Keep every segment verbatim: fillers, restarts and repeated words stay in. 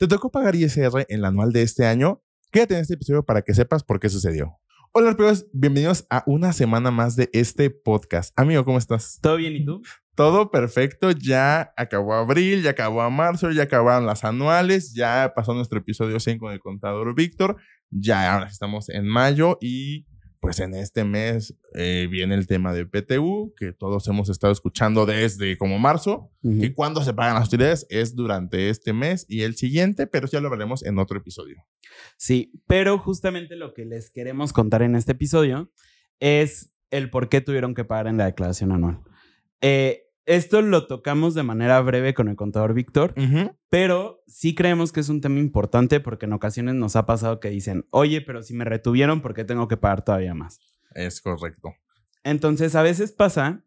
¿Te tocó pagar I S R en la anual de este año? Quédate en este episodio para que sepas por qué sucedió. Hola, amigos, bienvenidos a una semana más de este podcast. Amigo, ¿cómo estás? ¿Todo bien y tú? Todo perfecto, ya acabó abril, ya acabó marzo, ya acabaron las anuales, ya pasó nuestro episodio cien con el contador Víctor, ya ahora estamos en mayo y pues en este mes eh, viene el tema de P T U, que todos hemos estado escuchando desde como marzo, uh-huh. Y cuando se pagan las utilidades es durante este mes y el siguiente, pero ya lo veremos en otro episodio. Sí, pero justamente lo que les queremos contar en este episodio es el por qué tuvieron que pagar en la declaración anual. Eh, esto lo tocamos de manera breve con el contador Víctor, uh-huh. Pero sí creemos que es un tema importante porque en ocasiones nos ha pasado que dicen, oye, pero si me retuvieron, ¿por qué tengo que pagar todavía más? Es correcto. Entonces, a veces pasa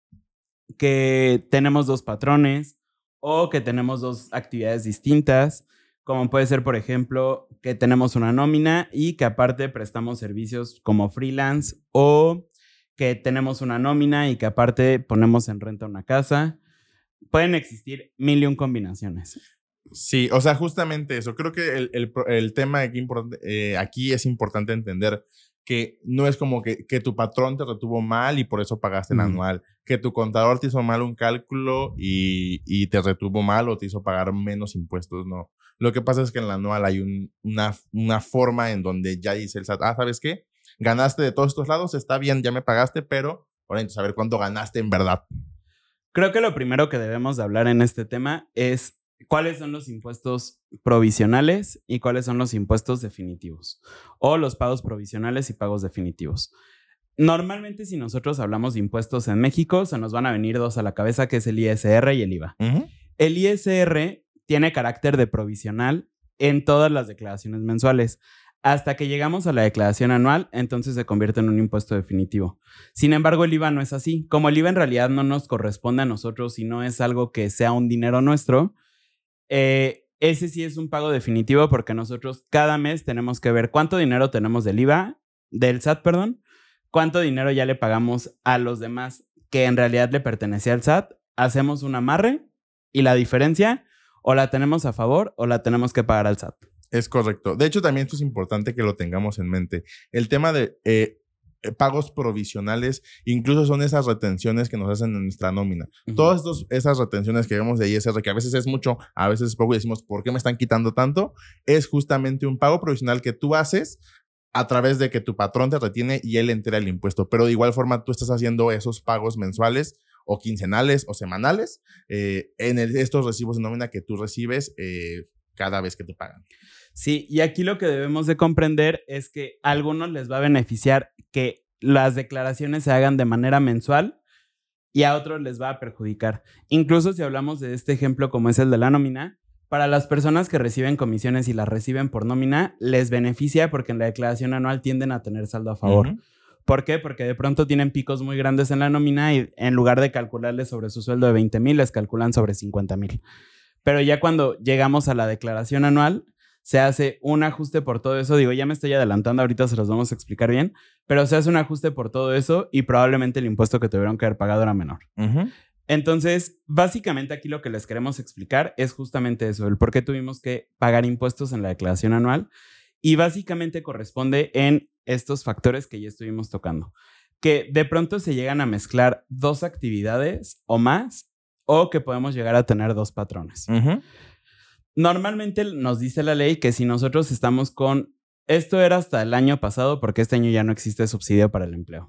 que tenemos dos patrones o que tenemos dos actividades distintas, como puede ser, por ejemplo, que tenemos una nómina y que aparte prestamos servicios como freelance, o que tenemos una nómina y que aparte ponemos en renta una casa. Pueden existir mil y un combinaciones. Sí, o sea, justamente eso. Creo que el, el, el tema aquí, import- eh, aquí es importante entender que no es como que, que tu patrón te retuvo mal y por eso pagaste el mm. anual. Que tu contador te hizo mal un cálculo y, y te retuvo mal o te hizo pagar menos impuestos, no. Lo que pasa es que en la anual hay un, una, una forma en donde ya dice el S A T, ah, ¿sabes qué? Ganaste de todos estos lados, está bien, ya me pagaste, pero ahora necesito saber cuánto ganaste en verdad. Creo que lo primero que debemos de hablar en este tema es cuáles son los impuestos provisionales y cuáles son los impuestos definitivos, o los pagos provisionales y pagos definitivos. Normalmente, si nosotros hablamos de impuestos en México, se nos van a venir dos a la cabeza, que es el I S R y el I V A. Uh-huh. El I S R tiene carácter de provisional en todas las declaraciones mensuales. Hasta que llegamos a la declaración anual, entonces se convierte en un impuesto definitivo. Sin embargo, el I V A no es así. Como el I V A en realidad no nos corresponde a nosotros y no es algo que sea un dinero nuestro, eh, ese sí es un pago definitivo porque nosotros cada mes tenemos que ver cuánto dinero tenemos del I V A, del S A T, perdón, cuánto dinero ya le pagamos a los demás que en realidad le pertenecía al S A T, hacemos un amarre y la diferencia o la tenemos a favor o la tenemos que pagar al S A T. Es correcto. De hecho, también esto es importante que lo tengamos en mente. El tema de eh, pagos provisionales incluso son esas retenciones que nos hacen en nuestra nómina. Uh-huh. Todas estos, esas retenciones que vemos de I S R, que a veces es mucho, a veces es poco y decimos, ¿por qué me están quitando tanto? Es justamente un pago provisional que tú haces a través de que tu patrón te retiene y él entera el impuesto. Pero de igual forma tú estás haciendo esos pagos mensuales o quincenales o semanales eh, en el, estos recibos de nómina que tú recibes eh, cada vez que te pagan. Sí, y aquí lo que debemos de comprender es que a algunos les va a beneficiar que las declaraciones se hagan de manera mensual y a otros les va a perjudicar. Incluso si hablamos de este ejemplo como es el de la nómina, para las personas que reciben comisiones y las reciben por nómina, les beneficia porque en la declaración anual tienden a tener saldo a favor. Uh-huh. ¿Por qué? Porque de pronto tienen picos muy grandes en la nómina y en lugar de calcularles sobre su sueldo de veinte mil, les calculan sobre cincuenta mil. Pero ya cuando llegamos a la declaración anual, se hace un ajuste por todo eso. Digo, ya me estoy adelantando, ahorita se los vamos a explicar bien, pero se hace un ajuste por todo eso y probablemente el impuesto que tuvieron que haber pagado era menor. Uh-huh. Entonces, básicamente aquí lo que les queremos explicar es justamente eso, el por qué tuvimos que pagar impuestos en la declaración anual, y básicamente corresponde en estos factores que ya estuvimos tocando, que de pronto se llegan a mezclar dos actividades o más, o que podemos llegar a tener dos patrones. Uh-huh. Normalmente nos dice la ley que si nosotros estamos con... Esto era hasta el año pasado porque este año ya no existe subsidio para el empleo.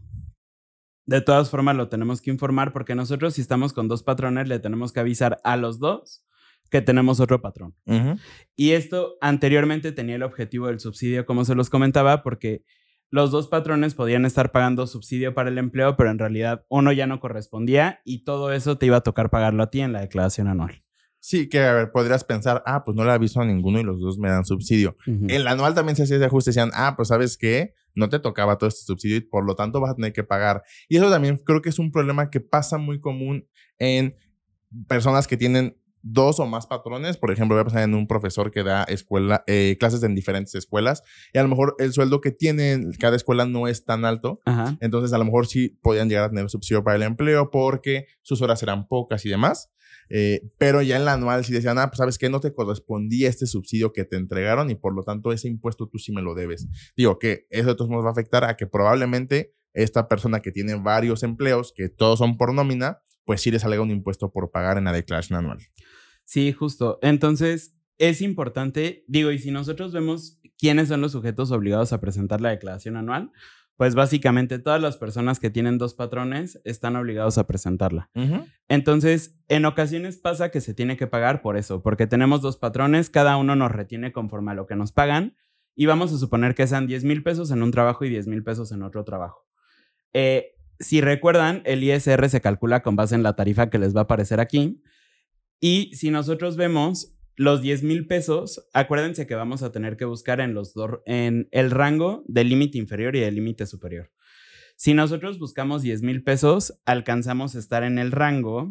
De todas formas lo tenemos que informar porque nosotros si estamos con dos patrones le tenemos que avisar a los dos que tenemos otro patrón. Uh-huh. Y esto anteriormente tenía el objetivo del subsidio, como se los comentaba, porque los dos patrones podían estar pagando subsidio para el empleo, pero en realidad uno ya no correspondía y todo eso te iba a tocar pagarlo a ti en la declaración anual. Sí, que a ver, podrías pensar, ah, pues no le aviso a ninguno y los dos me dan subsidio. Uh-huh. En la anual también se hacía ese ajuste, decían, ah, pues ¿sabes qué? No te tocaba todo este subsidio y por lo tanto vas a tener que pagar. Y eso también creo que es un problema que pasa muy común en personas que tienen dos o más patrones. Por ejemplo, voy a pensar en un profesor que da escuela, eh, clases en diferentes escuelas y a lo mejor el sueldo que tiene cada escuela no es tan alto. Ajá. Entonces a lo mejor sí podían llegar a tener subsidio para el empleo porque sus horas eran pocas y demás. Eh, pero ya en la anual sí decían, ah, pues sabes que no te correspondía este subsidio que te entregaron y por lo tanto ese impuesto tú sí me lo debes. Digo que eso de todos modos va a afectar a que probablemente esta persona que tiene varios empleos, que todos son por nómina, pues sí le salga un impuesto por pagar en la declaración anual. Sí, justo. Entonces, es importante, digo, y si nosotros vemos quiénes son los sujetos obligados a presentar la declaración anual, pues básicamente todas las personas que tienen dos patrones están obligados a presentarla. Uh-huh. Entonces, en ocasiones pasa que se tiene que pagar por eso, porque tenemos dos patrones, cada uno nos retiene conforme a lo que nos pagan y vamos a suponer que sean diez mil pesos en un trabajo y diez mil pesos en otro trabajo. Eh, si recuerdan, el I S R se calcula con base en la tarifa que les va a aparecer aquí y si nosotros vemos los diez mil pesos, acuérdense que vamos a tener que buscar en, los do, en el rango del límite inferior y del límite superior. Si nosotros buscamos diez mil pesos, alcanzamos a estar en el rango.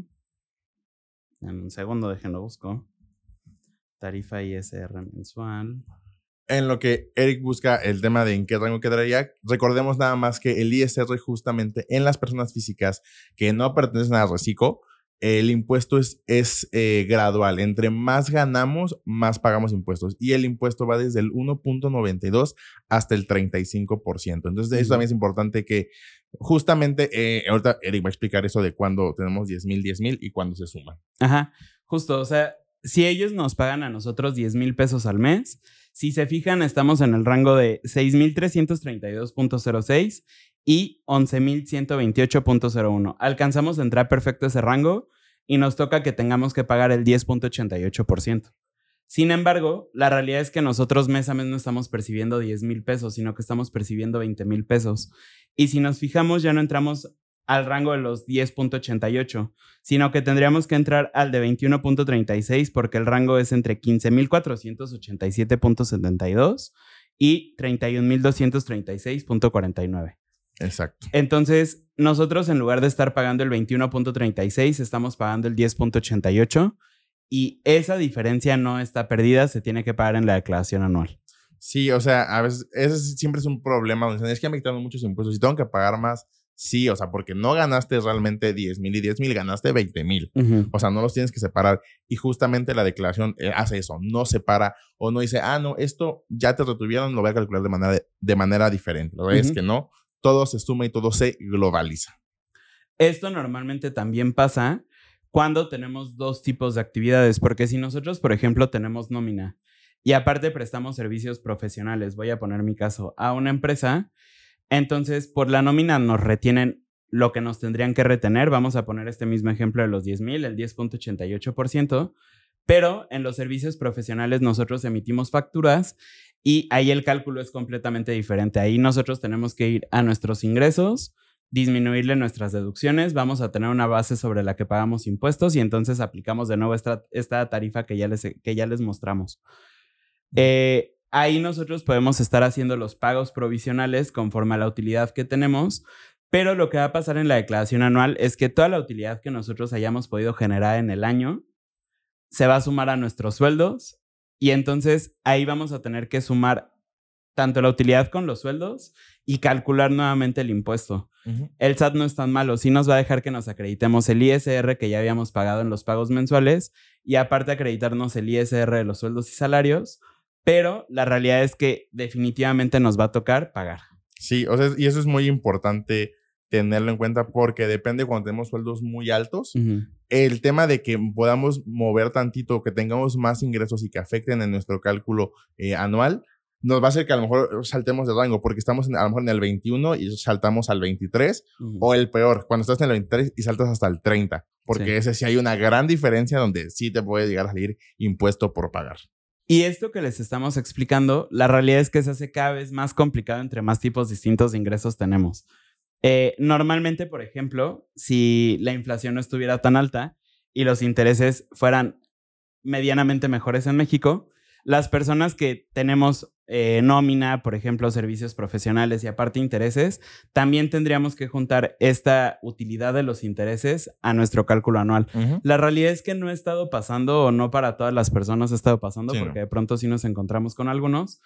En un segundo, déjenlo busco. Tarifa I S R mensual. En lo que Eric busca el tema de en qué rango quedaría, recordemos nada más que el I S R justamente en las personas físicas que no pertenecen a Recico, el impuesto es, es eh, gradual. Entre más ganamos, más pagamos impuestos. Y el impuesto va desde el uno punto noventa y dos hasta el treinta y cinco por ciento. Entonces, eso también es importante que justamente, eh, ahorita Eric va a explicar eso de cuándo tenemos diez mil, diez mil y cuándo se suman. Ajá, justo. O sea, si ellos nos pagan a nosotros diez mil pesos al mes, si se fijan, estamos en el rango de seis mil trescientos treinta y dos punto cero seis y once mil ciento veintiocho punto cero uno. Alcanzamos a entrar perfecto ese rango y nos toca que tengamos que pagar el diez punto ochenta y ocho por ciento. Sin embargo, la realidad es que nosotros mes a mes no estamos percibiendo diez mil pesos, sino que estamos percibiendo veinte mil pesos. Y si nos fijamos, ya no entramos al rango de los diez punto ochenta y ocho, sino que tendríamos que entrar al de veintiuno punto treinta y seis porque el rango es entre quince mil cuatrocientos ochenta y siete punto setenta y dos y treinta y un mil doscientos treinta y seis punto cuarenta y nueve. Exacto. Entonces, nosotros en lugar de estar pagando el veintiuno punto treinta y seis, estamos pagando el diez punto ochenta y ocho y esa diferencia no está perdida, se tiene que pagar en la declaración anual. Sí, o sea, a veces ese siempre es un problema donde dicen, es que me quitan muchos impuestos y tengo que pagar más. Sí, o sea, porque no ganaste realmente diez mil y diez mil, ganaste veinte mil. Uh-huh. O sea, no los tienes que separar. Y justamente la declaración hace eso, no separa o no dice, ah, no, esto ya te retuvieron, lo voy a calcular de manera, de manera diferente. La verdad uh-huh. es que no, todo se suma y todo se globaliza. Esto normalmente también pasa cuando tenemos dos tipos de actividades, porque si nosotros, por ejemplo, tenemos nómina y aparte prestamos servicios profesionales, voy a poner mi caso, a una empresa. Entonces, por la nómina nos retienen lo que nos tendrían que retener. Vamos a poner este mismo ejemplo de los diez mil, el diez punto ochenta y ocho por ciento. Pero en los servicios profesionales nosotros emitimos facturas y ahí el cálculo es completamente diferente. Ahí nosotros tenemos que ir a nuestros ingresos, disminuirle nuestras deducciones, vamos a tener una base sobre la que pagamos impuestos y entonces aplicamos de nuevo esta, esta tarifa que ya les, que ya les mostramos. Eh... Ahí nosotros podemos estar haciendo los pagos provisionales conforme a la utilidad que tenemos, pero lo que va a pasar en la declaración anual es que toda la utilidad que nosotros hayamos podido generar en el año se va a sumar a nuestros sueldos y entonces ahí vamos a tener que sumar tanto la utilidad con los sueldos y calcular nuevamente el impuesto. Uh-huh. El S A T no es tan malo, sí nos va a dejar que nos acreditemos el I S R que ya habíamos pagado en los pagos mensuales y aparte acreditarnos el I S R de los sueldos y salarios. Pero la realidad es que definitivamente nos va a tocar pagar. Sí, o sea, y eso es muy importante tenerlo en cuenta porque depende cuando tenemos sueldos muy altos. Uh-huh. El tema de que podamos mover tantito, que tengamos más ingresos y que afecten en nuestro cálculo eh, anual, nos va a hacer que a lo mejor saltemos de rango porque estamos en, a lo mejor en el veintiuno y saltamos al veintitrés. Uh-huh. O el peor, cuando estás en el veintitrés y saltas hasta el treinta. Porque sí. ese sí hay una gran diferencia donde sí te puede llegar a salir impuesto por pagar. Y esto que les estamos explicando, la realidad es que se hace cada vez más complicado entre más tipos distintos de ingresos tenemos. Eh, normalmente, por ejemplo, si la inflación no estuviera tan alta y los intereses fueran medianamente mejores en México, las personas que tenemos eh, nómina, por ejemplo, servicios profesionales y aparte intereses, también tendríamos que juntar esta utilidad de los intereses a nuestro cálculo anual. Uh-huh. La realidad es que no ha estado pasando o no para todas las personas ha estado pasando sí, porque no. de pronto sí nos encontramos con algunos,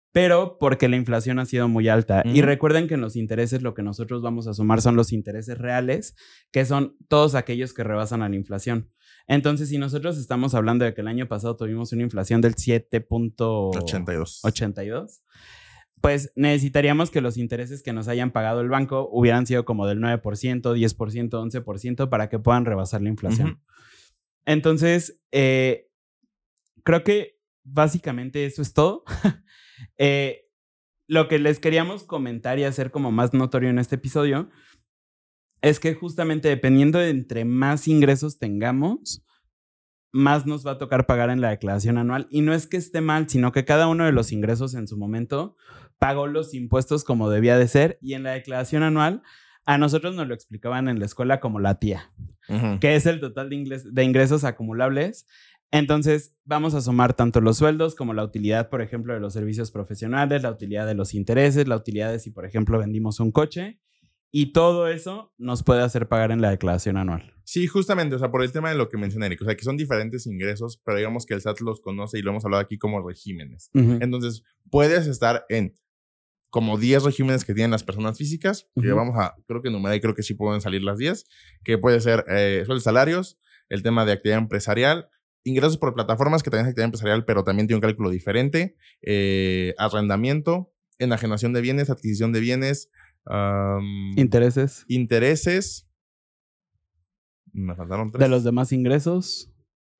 pero porque la inflación ha sido muy alta. Uh-huh. Y recuerden que en los intereses lo que nosotros vamos a sumar son los intereses reales, que son todos aquellos que rebasan a la inflación. Entonces, si nosotros estamos hablando de que el año pasado tuvimos una inflación del siete punto ochenta y dos, pues necesitaríamos que los intereses que nos hayan pagado el banco hubieran sido como del nueve por ciento, diez por ciento, once por ciento para que puedan rebasar la inflación. Uh-huh. Entonces, eh, creo que básicamente eso es todo. eh, lo que les queríamos comentar y hacer como más notorio en este episodio es que justamente dependiendo de entre más ingresos tengamos, más nos va a tocar pagar en la declaración anual. Y no es que esté mal, sino que cada uno de los ingresos en su momento pagó los impuestos como debía de ser. Y en la declaración anual, a nosotros nos lo explicaban en la escuela como la tía, uh-huh. que es el total de, ingres- de ingresos acumulables. Entonces, vamos a sumar tanto los sueldos como la utilidad, por ejemplo, de los servicios profesionales, la utilidad de los intereses, la utilidad de si, por ejemplo, vendimos un coche. Y todo eso nos puede hacer pagar en la declaración anual. Sí, justamente, o sea, por el tema de lo que mencioné, Eric, o sea, que son diferentes ingresos, pero digamos que el S A T los conoce y lo hemos hablado aquí como regímenes. Uh-huh. Entonces, puedes estar en como diez regímenes que tienen las personas físicas, uh-huh. que vamos a, creo que enumerar y creo que sí pueden salir las diez, que puede ser eh, sueldos, salarios, el tema de actividad empresarial, ingresos por plataformas, que también es actividad empresarial, pero también tiene un cálculo diferente, eh, arrendamiento, enajenación de bienes, adquisición de bienes, Um, intereses. Intereses. Me faltaron tres. De los demás ingresos.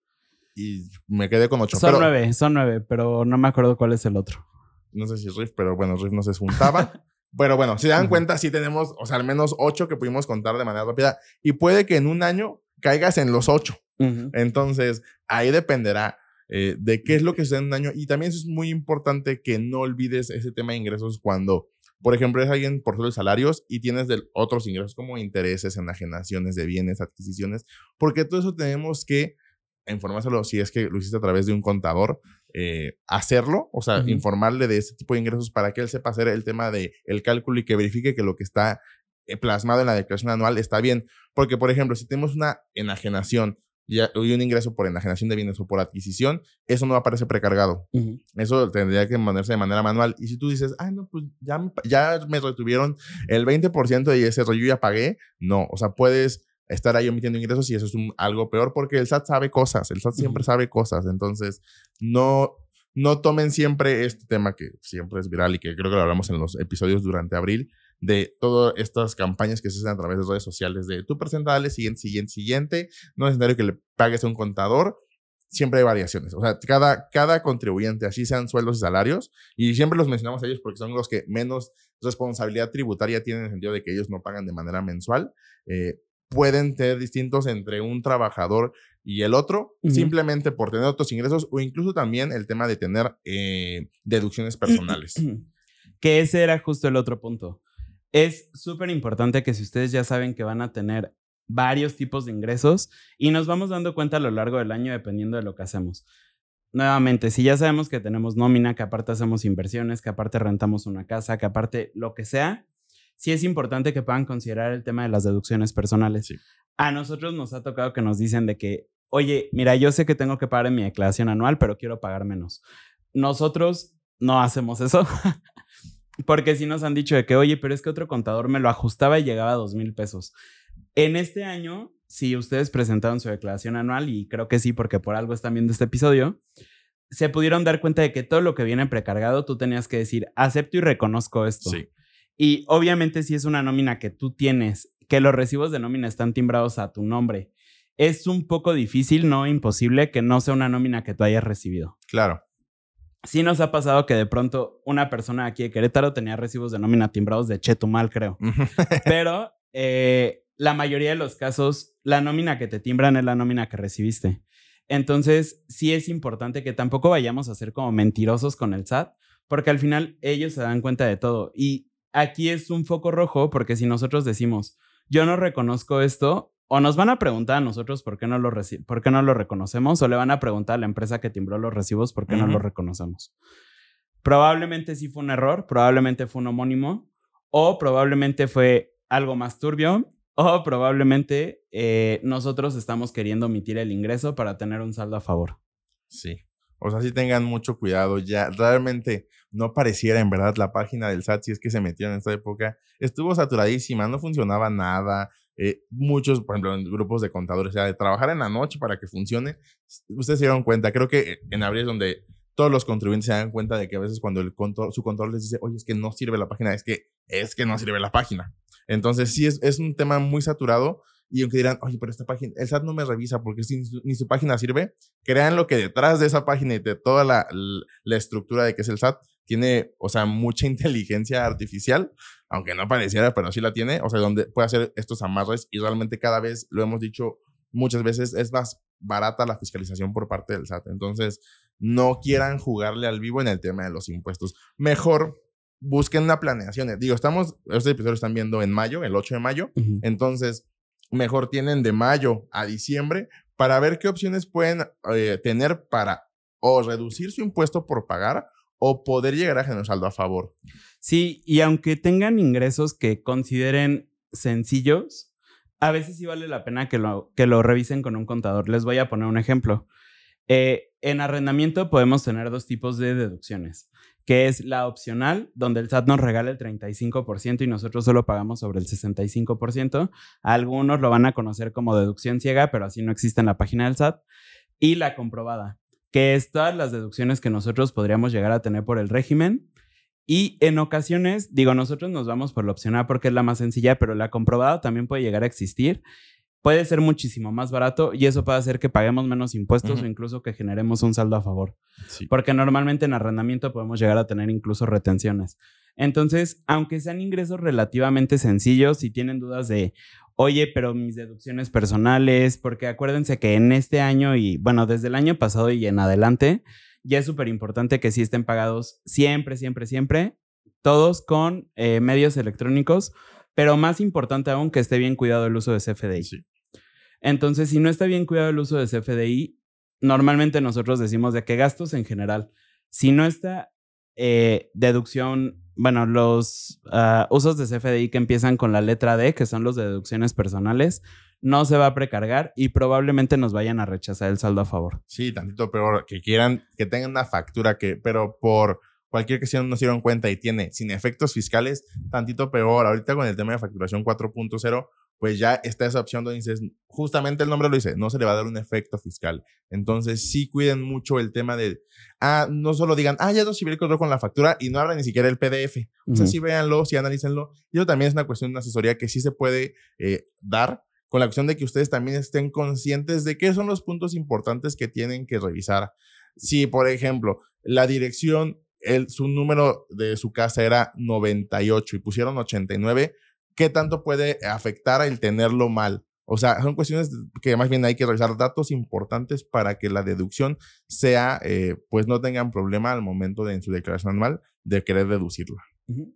Y me quedé con ocho. Son pero, nueve, son nueve, pero no me acuerdo cuál es el otro. No sé si es R I F, pero bueno, R I F no se juntaba. Pero bueno, si se dan uh-huh. cuenta, sí tenemos, o sea, al menos ocho que pudimos contar de manera rápida. Y puede que en un año caigas en los ocho. Uh-huh. Entonces, ahí dependerá eh, de qué es lo que sucede en un año. Y también eso es muy importante que no olvides ese tema de ingresos cuando... Por ejemplo, es alguien por solo salarios y tienes de otros ingresos como intereses, enajenaciones de bienes, adquisiciones, porque todo eso tenemos que informárselo si es que lo hiciste a través de un contador, eh, hacerlo, o sea, uh-huh. informarle de ese tipo de ingresos para que él sepa hacer el tema del cálculo y que verifique que lo que está plasmado en la declaración anual está bien. Porque, por ejemplo, si tenemos una enajenación y un ingreso por enajenación de bienes o por adquisición, eso no aparece precargado. Uh-huh. Eso tendría que ponerse de manera manual. Y si tú dices, ay, no, pues ya, ya me retuvieron el veinte por ciento y ese rollo ya pagué, no. O sea, puedes estar ahí omitiendo ingresos y eso es un, algo peor porque el S A T sabe cosas. El S A T uh-huh. siempre sabe cosas. Entonces, no, no tomen siempre este tema que siempre es viral y que creo que lo hablamos en los episodios durante abril, de todas estas campañas que se hacen a través de redes sociales de tú presentale, siguiente, siguiente, siguiente. No es necesario que le pagues a un contador. Siempre hay variaciones. O sea, cada, cada contribuyente, así sean sueldos y salarios, y siempre los mencionamos a ellos porque son los que menos responsabilidad tributaria tienen en el sentido de que ellos no pagan de manera mensual. Eh, pueden ser distintos entre un trabajador y el otro, uh-huh. simplemente por tener otros ingresos o incluso también el tema de tener eh, deducciones personales. Que ese era justo el otro punto. Es súper importante que si ustedes ya saben que van a tener varios tipos de ingresos y nos vamos dando cuenta a lo largo del año dependiendo de lo que hacemos. Nuevamente, si ya sabemos que tenemos nómina, que aparte hacemos inversiones, que aparte rentamos una casa, que aparte lo que sea, sí es importante que puedan considerar el tema de las deducciones personales. Sí. A nosotros nos ha tocado que nos dicen de que, oye, mira, yo sé que tengo que pagar en mi declaración anual, pero quiero pagar menos. Nosotros no hacemos eso. Porque sí nos han dicho de que, oye, pero es que otro contador me lo ajustaba y llegaba a dos mil pesos. En este año, si ustedes presentaron su declaración anual, y creo que sí, porque por algo están viendo este episodio, se pudieron dar cuenta de que todo lo que viene precargado, tú tenías que decir, acepto y reconozco esto. Sí. Y obviamente si es una nómina que tú tienes, que los recibos de nómina están timbrados a tu nombre, es un poco difícil, no imposible, que no sea una nómina que tú hayas recibido. Claro. Sí nos ha pasado que de pronto una persona aquí de Querétaro tenía recibos de nómina timbrados de Chetumal, creo. Pero eh, la mayoría de los casos, la nómina que te timbran es la nómina que recibiste. Entonces, sí es importante que tampoco vayamos a ser como mentirosos con el S A T, porque al final ellos se dan cuenta de todo. Y aquí es un foco rojo, porque si nosotros decimos, yo no reconozco esto, o nos van a preguntar a nosotros por qué no lo, reci- por qué no lo reconocemos, o le van a preguntar a la empresa que timbró los recibos por qué uh-huh. no lo reconocemos. Probablemente sí fue un error, probablemente fue un homónimo, o probablemente fue algo más turbio, o probablemente eh, nosotros estamos queriendo omitir el ingreso para tener un saldo a favor. Sí. O sea, sí tengan mucho cuidado. Ya realmente no pareciera en verdad la página del S A T, si es que se metió en esta época, estuvo saturadísima, no funcionaba nada. Eh, muchos, por ejemplo, en grupos de contadores, o sea, de trabajar en la noche para que funcione. Ustedes se dieron cuenta, creo que en abril es donde todos los contribuyentes se dan cuenta de que a veces cuando el control, su control les dice, oye, es que no sirve la página, es que, es que no sirve la página. Entonces sí es, es un tema muy saturado. Y aunque dirán, oye, pero esta página, el S A T no me revisa porque si, ni su página sirve, crean lo que detrás de esa página y de toda la, la, la estructura de que es el S A T, tiene, o sea, mucha inteligencia artificial, aunque no pareciera, pero sí la tiene, o sea, donde puede hacer estos amarres y realmente cada vez, lo hemos dicho muchas veces, es más barata la fiscalización por parte del S A T. Entonces, no quieran jugarle al vivo en el tema de los impuestos. Mejor busquen una planeación. Digo, estamos, este episodio lo están viendo en mayo, el ocho de mayo, uh-huh. Entonces, mejor tienen de mayo a diciembre para ver qué opciones pueden eh, tener para o reducir su impuesto por pagar o poder llegar a generar saldo a favor. Sí, y aunque tengan ingresos que consideren sencillos, a veces sí vale la pena que lo, que lo revisen con un contador. Les voy a poner un ejemplo. Eh, en arrendamiento podemos tener dos tipos de deducciones, que es la opcional, donde el S A T nos regala el treinta y cinco por ciento y nosotros solo pagamos sobre el sesenta y cinco por ciento. Algunos lo van a conocer como deducción ciega, pero así no existe en la página del S A T. Y la comprobada, que es todas las deducciones que nosotros podríamos llegar a tener por el régimen. Y en ocasiones, digo, nosotros nos vamos por la opcional porque es la más sencilla, pero la comprobada también puede llegar a existir. Puede ser muchísimo más barato y eso puede hacer que paguemos menos impuestos uh-huh. o incluso que generemos un saldo a favor. Sí. Porque normalmente en arrendamiento podemos llegar a tener incluso retenciones. Entonces, aunque sean ingresos relativamente sencillos, si tienen dudas de, oye, pero mis deducciones personales, porque acuérdense que en este año y, bueno, desde el año pasado y en adelante, ya es súper importante que sí estén pagados siempre, siempre, siempre, todos con eh, medios electrónicos, pero más importante aún que esté bien cuidado el uso de C F D I. Sí. Entonces, si no está bien cuidado el uso de C F D I, normalmente nosotros decimos de que gastos en general, si no está eh, deducción, bueno, los uh, usos de C F D I que empiezan con la letra D, que son los de deducciones personales, no se va a precargar y probablemente nos vayan a rechazar el saldo a favor. Sí, tantito peor, que quieran, que tengan una factura que, pero por cualquier cuestión no se dieron cuenta y tiene sin efectos fiscales, tantito peor. Ahorita con el tema de facturación cuatro punto cero, pues ya está esa opción donde dices, justamente el nombre lo dice, no se le va a dar un efecto fiscal. Entonces sí cuiden mucho el tema de, ah, no solo digan, ah, ya recibí el control con la factura y no abran ni siquiera el P D F. O sea, uh-huh. sí véanlo, sí analícenlo. Y eso también es una cuestión de una asesoría que sí se puede eh, dar, con la cuestión de que ustedes también estén conscientes de qué son los puntos importantes que tienen que revisar. Si, por ejemplo, la dirección, el, su número de su casa era noventa y ocho y pusieron ochenta y nueve, ¿qué tanto puede afectar el tenerlo mal? O sea, son cuestiones que más bien hay que revisar datos importantes para que la deducción sea, eh, pues no tengan problema al momento de en su declaración anual de querer deducirla. Uh-huh.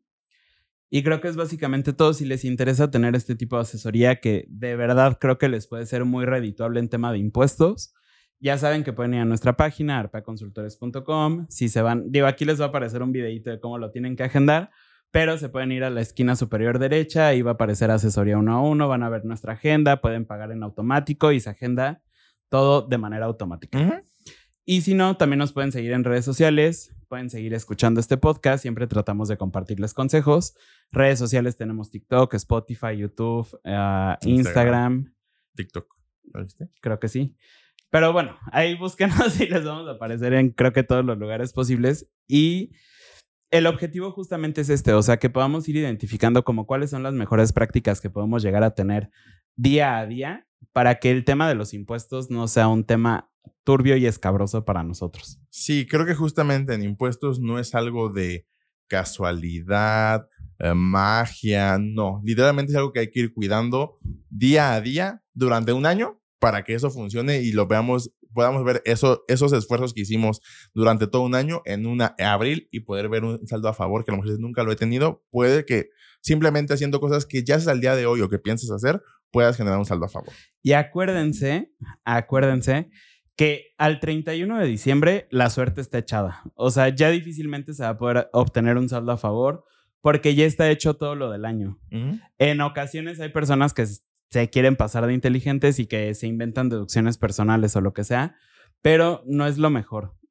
Y creo que es básicamente todo. Si les interesa tener este tipo de asesoría que de verdad creo que les puede ser muy redituable en tema de impuestos, ya saben que pueden ir a nuestra página, arpa consultores punto com. Si se van, digo, aquí les va a aparecer un videito de cómo lo tienen que agendar, pero se pueden ir a la esquina superior derecha, ahí va a aparecer asesoría uno a uno, van a ver nuestra agenda, pueden pagar en automático y se agenda todo de manera automática. Uh-huh. Y si no, también nos pueden seguir en redes sociales, pueden seguir escuchando este podcast, siempre tratamos de compartirles consejos. Redes sociales tenemos TikTok, Spotify, YouTube, uh, Instagram. Instagram. TikTok, ¿lo viste? Creo que sí. Pero bueno, ahí búsquenos y les vamos a aparecer en creo que todos los lugares posibles. Y el objetivo justamente es este, o sea, que podamos ir identificando como cuáles son las mejores prácticas que podemos llegar a tener día a día para que el tema de los impuestos no sea un tema turbio y escabroso para nosotros. Sí, creo que justamente en impuestos no es algo de casualidad, eh, magia, no. Literalmente es algo que hay que ir cuidando día a día durante un año para que eso funcione y lo veamos, podamos ver eso, esos esfuerzos que hicimos durante todo un año en una abril y poder ver un saldo a favor que a lo mejor nunca lo he tenido. Puede que simplemente haciendo cosas que ya es al día de hoy o que pienses hacer, puedas generar un saldo a favor. Y acuérdense, acuérdense que al treinta y uno de diciembre la suerte está echada. O sea, ya difícilmente se va a poder obtener un saldo a favor porque ya está hecho todo lo del año. Uh-huh. En ocasiones hay personas que se quieren pasar de inteligentes y que se inventan deducciones personales o lo que sea, pero no es lo mejor.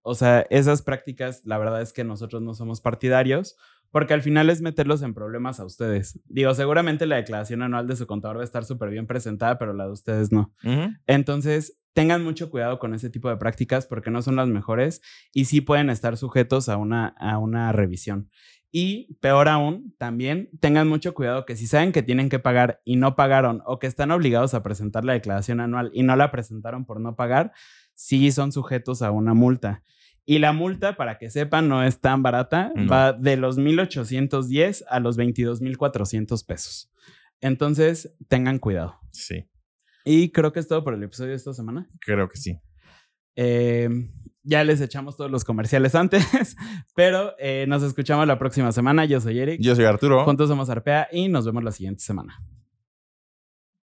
O sea, esas prácticas, la verdad es que nosotros no somos partidarios, porque al final es meterlos en problemas a ustedes. Digo, seguramente la declaración anual de su contador va a estar súper bien presentada, pero la de ustedes no. Uh-huh. Entonces, tengan mucho cuidado con ese tipo de prácticas porque no son las mejores y sí pueden estar sujetos a una, a una revisión. Y peor aún, también tengan mucho cuidado que si saben que tienen que pagar y no pagaron o que están obligados a presentar la declaración anual y no la presentaron por no pagar, sí son sujetos a una multa. Y la multa, para que sepan, no es tan barata. No. Va de los mil ochocientos diez a los veintidós mil cuatrocientos pesos. Entonces, tengan cuidado. Sí. Y creo que es todo por el episodio de esta semana. Creo que sí. Eh, ya les echamos todos los comerciales antes, pero eh, nos escuchamos la próxima semana. Yo soy Eric. Yo soy Arturo. Juntos somos Arpea y nos vemos la siguiente semana.